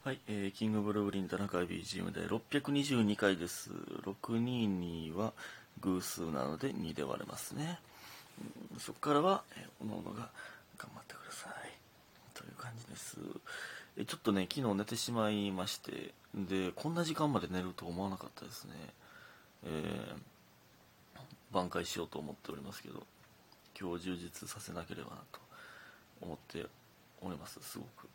はい、キングブルーリン田中 BGM で622回です。622は偶数なので2で割れますね。そこからは、おのおのが頑張ってください。という感じです。ちょっとね、昨日寝てしまいまして、で、こんな時間まで寝ると思わなかったですね。挽回しようと思っておりますけど、今日充実させなければなと思っております、すごく。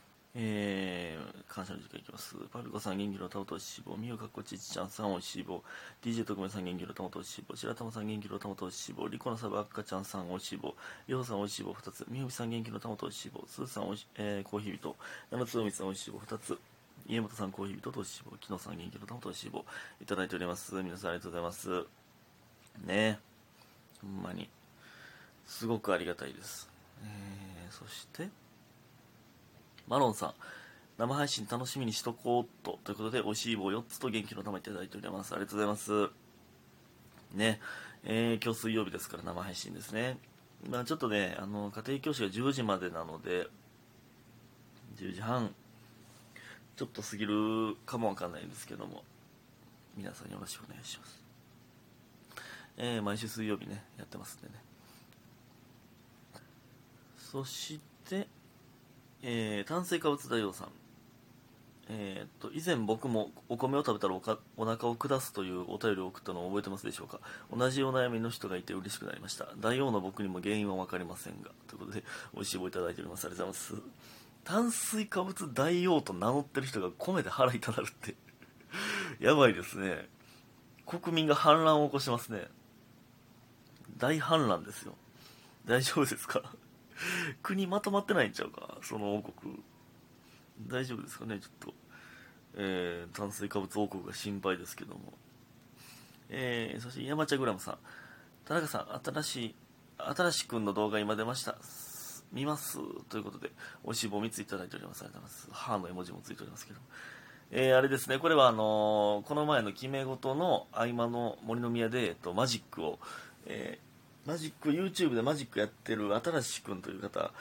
感謝の時間いきます。パルコさん元気の玉としぼ、みゆかっこちちちゃんさんおいしいぼ、DJ 特命さん元気の玉としぼ、白玉さん元気の玉としぼ、リコのサブ赤ちゃんさんおいしいぼ、りょうさんおいしいぼ2つ、みゆみさん元気の玉としぼ、すーさんおいし、コーヒー人、山津おみさんおいしいぼ2つ、家元さんコーヒー人としぼ、きのさん元気の玉としぼ、いただいております。皆さんありがとうございます。ねほんまに、すごくありがたいです。そして、マロンさん、生配信楽しみにしとこうということで、美味しい棒4つと元気の玉いただいております。ありがとうございます。ね、今日水曜日ですから生配信ですね。まあちょっとね、家庭教師が10時までなので、10時半、ちょっと過ぎるかもわかんないんですけども、皆さんよろしくお願いします。毎週水曜日ね、やってますんでね。そして、炭水化物大王さん。以前僕もお米を食べたらお腹を下すというお便りを送ったのを覚えてますでしょうか。同じお悩みの人がいて嬉しくなりました。大王の僕にも原因は分かりませんが、ということで美味しい棒いただいております。ありがとうございます。炭水化物大王と名乗ってる人が米で腹痛なるってやばいですね。国民が反乱を起こしますね。大反乱ですよ。大丈夫ですか国まとまってないんちゃうか、その王国。大丈夫ですかね、ちょっと。炭水化物王国が心配ですけども。そして山茶グラムさん。田中さん、新しくんの動画今出ました。見ますということで、美味しい棒3ついただいております。ありがとうございます。歯の絵文字もついておりますけども。あれですね、これはこの前の決め事の合間の森の宮で、マジックを、YouTube でマジックやってる新しくんという方、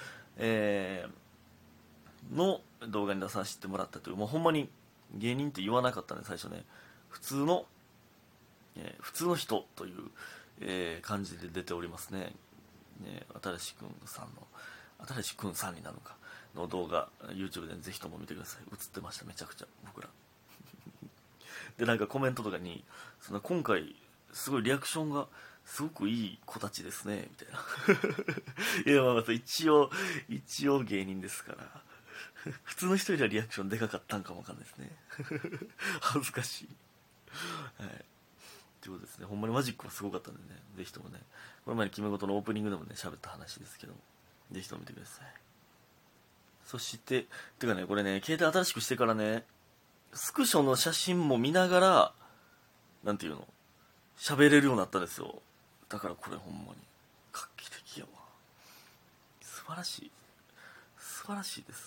の動画に出させてもらったという、もうほんまに芸人って言わなかったね、最初ね。普通の人という、感じで出ておりますね。新しくんさんの、新しくんさんになるのか、の動画、YouTube でぜひとも見てください。映ってました、めちゃくちゃ、僕ら。で、なんかコメントとかに、今回、すごいリアクションが、すごくいい子たちですね、みたいな。いや、まあ、一応芸人ですから。普通の人よりはリアクションでかかったんかもわかんないですね。恥ずかしい。はい。ということですね。ほんまにマジックはすごかったんでね、ぜひともね、この前に決め事のオープニングでもね、喋った話ですけど、ぜひとも見てください。そして、てかね、これね、携帯新しくしてからね、スクショの写真も見ながら、なんていうの、喋れるようになったんですよ。だからこれほんまに、画期的やわ。素晴らしい。素晴らしいです。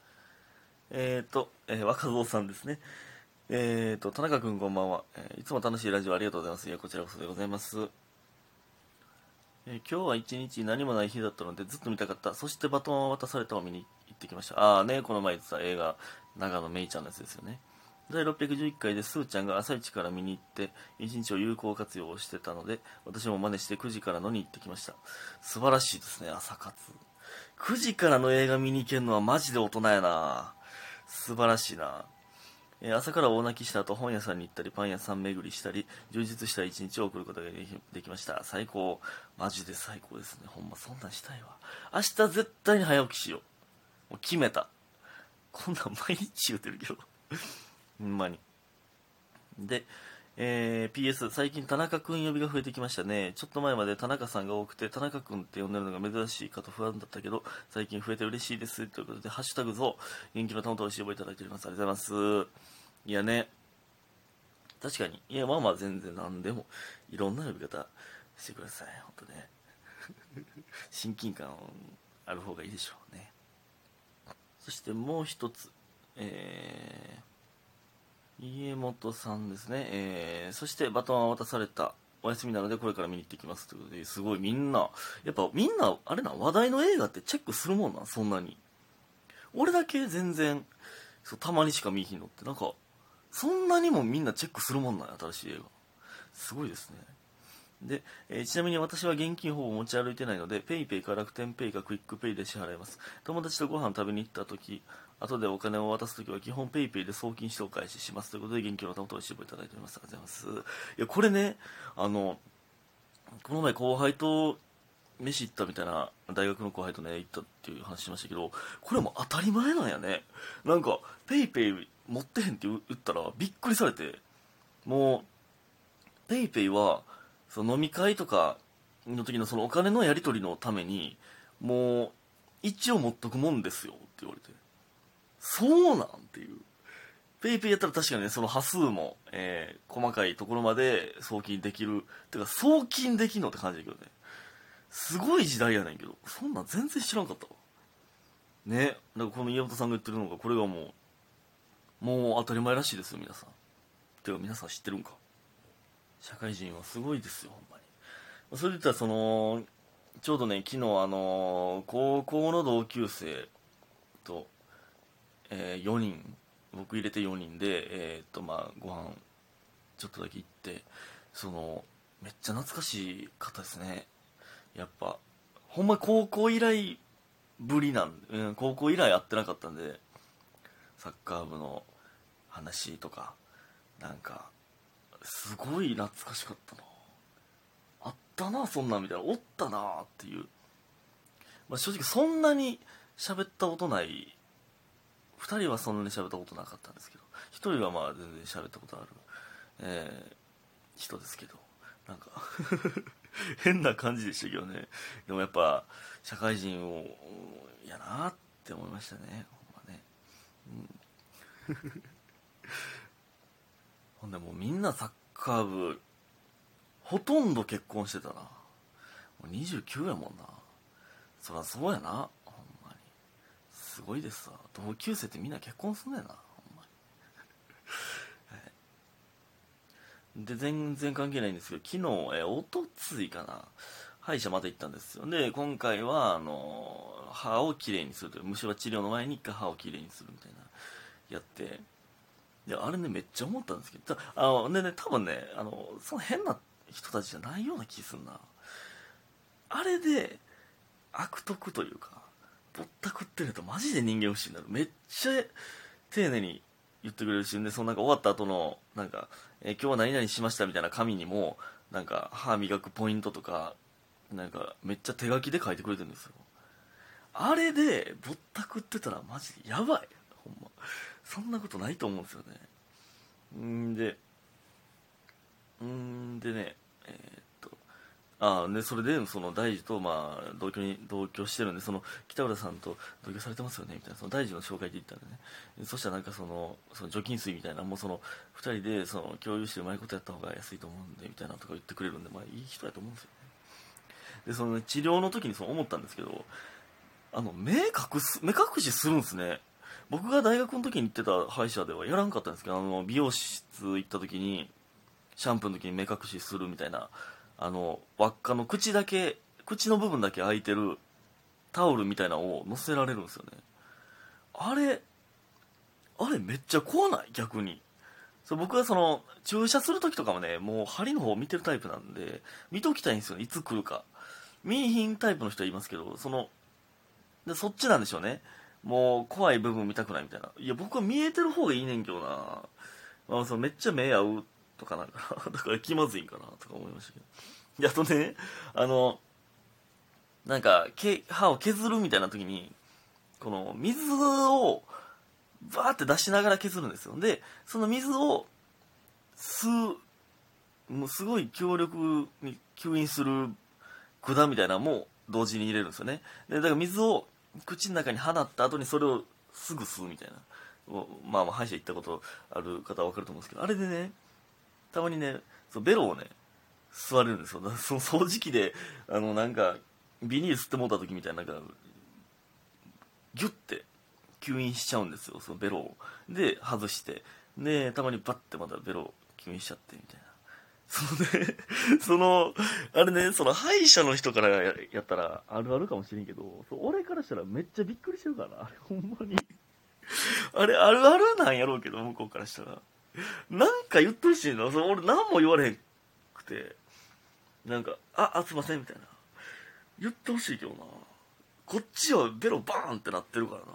若造さんですね。田中くんこんばんは。いつも楽しいラジオありがとうございます。いや、こちらこそでございます。今日は一日何もない日だったのでずっと見たかった。そしてバトンを渡されたを見に行ってきました。ああね、この前言ってた映画、長野めいちゃんのやつですよね。第611回でスーちゃんが朝一から見に行って一日を有効活用してたので私も真似して9時からのに行ってきました。素晴らしいですね、朝活。9時からの映画見に行けるのはマジで大人やな。素晴らしいな。朝から大泣きした後本屋さんに行ったりパン屋さん巡りしたり充実した一日を送ることができました。最高。マジで最高ですね。ほんまそんなんしたいわ。明日絶対に早起きしよう。もう決めた。こんなん毎日言うてるけどほんまに。で、PS 最近田中くん呼びが増えてきましたね。ちょっと前まで田中さんが多くて田中くんって呼んでるのが珍しいかと不安だったけど最近増えて嬉しいですということでハッシュタグぞ元気の玉とおいしい棒いただいております。ありがとうございます。いやね、確かに、いやまあまあ全然何でもいろんな呼び方してください。本当ね親近感ある方がいいでしょうね。そしてもう一つ、家元さんですね。そしてバトンは渡された。お休みなのでこれから見に行ってきますということで、すごいみんな、やっぱみんな、あれな、話題の映画ってチェックするもんな、そんなに。俺だけ全然そうたまにしか見いひんのって、なんかそんなにもみんなチェックするもんなんや、新しい映画。すごいですね。で、ちなみに私は現金ほぼ持ち歩いてないので、ペイペイか楽天ペイかクイックペイで支払います。友達とご飯食べに行った時、後でお金を渡す時は基本ペイペイで送金してお返しします。ということで、現金の玉とおいしい棒いただいております。ありがとうございます。いや、これね、この前後輩と飯行ったみたいな、大学の後輩とね、行ったっていう話しましたけど、これも当たり前なんやね。なんか、ペイペイ持ってへんって言ったらびっくりされて、もう、ペイペイは、その飲み会とかの時のそのお金のやり取りのために、もう、一応持っとくもんですよって言われて、そうなんっていう。ペイペイやったら確かにね、その端数も、細かいところまで送金できる。てか、送金できんのって感じだけどね。すごい時代やねんけど、そんなん全然知らんかったわ。ね。だからこの家元さんが言ってるのが、これがもう当たり前らしいですよ、皆さん。てか、皆さん知ってるんか。社会人はすごいですよ、ほんまに。それで言ったら、ちょうどね、昨日高校の同級生と、4人、僕入れて4人で、まあ、ご飯、ちょっとだけ行って、めっちゃ懐かしい方ですね。やっぱ、ほんま高校以来ぶり高校以来会ってなかったんで、サッカー部の話とか、なんか、すごい懐かしかったな。あったな、そんなんみたいな。おったなっていう。まあ、正直そんなに喋ったことない、2人はそんなに喋ったことなかったんですけど、1人はまあ全然喋ったことある、人ですけど、なんか変な感じでしたけどね。でもやっぱ社会人をやなって思いましたね、ほんまね。ほんでもうみんなサッカー部ほとんど結婚してたな。もう29やもんな。そらそうやな、ほんまに。すごいですわ。同級生ってみんな結婚すんねんな、ほんまに。で、全然関係ないんですけど、昨日、おとついかな、歯医者また行ったんですよ。で、今回は、歯をきれいにするという、虫歯治療の前に一回歯をきれいにするみたいな、やって、で、あれね、めっちゃ思ったんですけど、でね、多分ね、その変な人たちじゃないような気すんな。あれで、悪徳というか、ぼったくってるとマジで人間不信になる。めっちゃ丁寧に言ってくれるし、で、そのなんか終わった後の、なんか、今日は何々しましたみたいな紙にも、なんか、歯磨くポイントとか、なんか、めっちゃ手書きで書いてくれてるんですよ。あれで、ぼったくってたらマジでやばい。ほんま。そんなことないと思うんですよね。でね、それで、その大樹と、まあ、同居してるんで、北浦さんと同居されてますよねみたいな、その大樹の紹介で言ったんでね。そしたらなんかその除菌水みたいな、もう二人で、共有してうまいことやった方が安いと思うんで、みたいなとか言ってくれるんで、まあ、いい人やと思うんですよね。で、治療の時に思ったんですけど、目隠しするんですね。僕が大学の時に行ってた歯医者ではやらんかったんですけど、美容室行った時に、シャンプーの時に目隠しするみたいな、輪っかの口の部分だけ開いてるタオルみたいなのを乗せられるんですよね。あれめっちゃ怖ない逆に。僕は注射する時とかもね、もう針の方を見てるタイプなんで、見ときたいんですよね、いつ来るか。見えひんタイプの人はいますけど、そっちなんでしょうね。もう怖い部分見たくないみたいな。いや、僕は見えてる方がいいねんけどな。めっちゃ目合うとかなんかだから気まずいんかなとか思いましたけど。で、あとね、なんか、歯を削るみたいな時に、この水をバーって出しながら削るんですよ。で、その水を吸う、もうすごい強力に吸引する管みたいなのも同時に入れるんですよね。で、だから水を口の中に放った後にそれをすぐ吸うみたいな。まあ、歯医者行ったことある方は分かると思うんですけど、あれでね、たまにね、ベロをね、吸われるんですよ。その掃除機で、なんか、ビニール吸ってもうた時みたいな、なんか、ギュッて吸引しちゃうんですよ、そのベロを。で、外して。で、たまにバッてまたベロを吸引しちゃってみたいな。あれね、歯医者の人からやったらあるあるかもしれんけど、俺からしたらめっちゃびっくりしてるからな、あれ、ほんまに。 あれあるあるなんやろうけど、向こうからしたらなんか言ってほしいな。俺何も言われへんくて、なんかすいませんみたいな言ってほしいけどな。こっちはベロバーンってなってるからな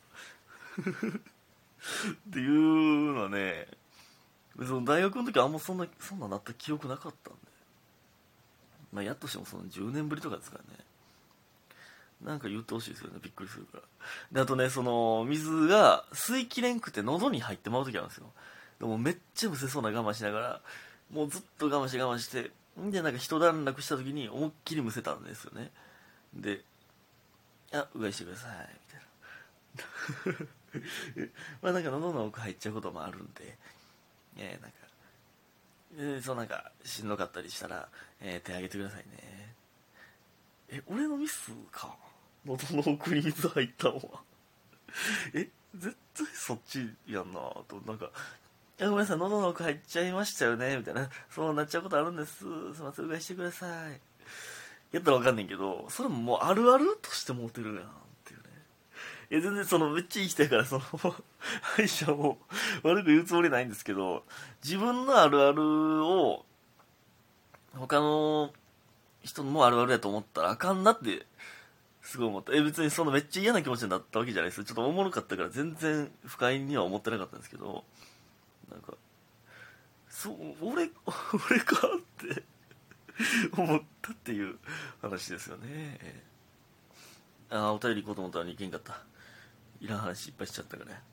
っていうのはね、その大学の時はあんまそんななった記憶なかったんで、まあやっとしてもその10年ぶりとかですからね。なんか言ってほしいですよね。びっくりするから。で、あとね、その、水が吸いきれんくて喉に入ってまう時あるんですよ。でもめっちゃむせそうな我慢しながら、もうずっと我慢して、んで、なんか一段落した時に思いっきりむせたんですよね。で、うがいしてください、みたいな。まあなんか喉の奥入っちゃうこともあるんで、なんか、そうなんか、しんどかったりしたら、手挙げてくださいね。俺のミスか。喉の奥に水入ったのは。絶対そっちやんなと、なんか、ごめんなさい、喉の奥入っちゃいましたよね、みたいな。そうなっちゃうことあるんです。すいません、うがいしてください。やったらわかんねんけど、それももうあるあるとして持てるやんっていうね。全然その、めっちゃいい人やから、その、歯医者を悪く言うつもりないんですけど、自分のあるあるを、他の人もあるあるやと思ったらあかんなってすごい思った。別にそのめっちゃ嫌な気持ちになったわけじゃないです。ちょっとおもろかったから全然不快には思ってなかったんですけど、なんか、俺かって思ったっていう話ですよね。お便り行こうと思ったのに行けんかった。いらん話いっぱいしちゃったからね。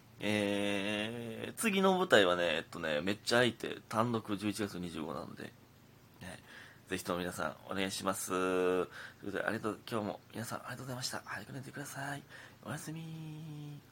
次の舞台はね、めっちゃ空いて、単独11月25なので、ね、ぜひとも皆さんお願いします。ということで今日も皆さんありがとうございました。早く寝てください。おやすみ。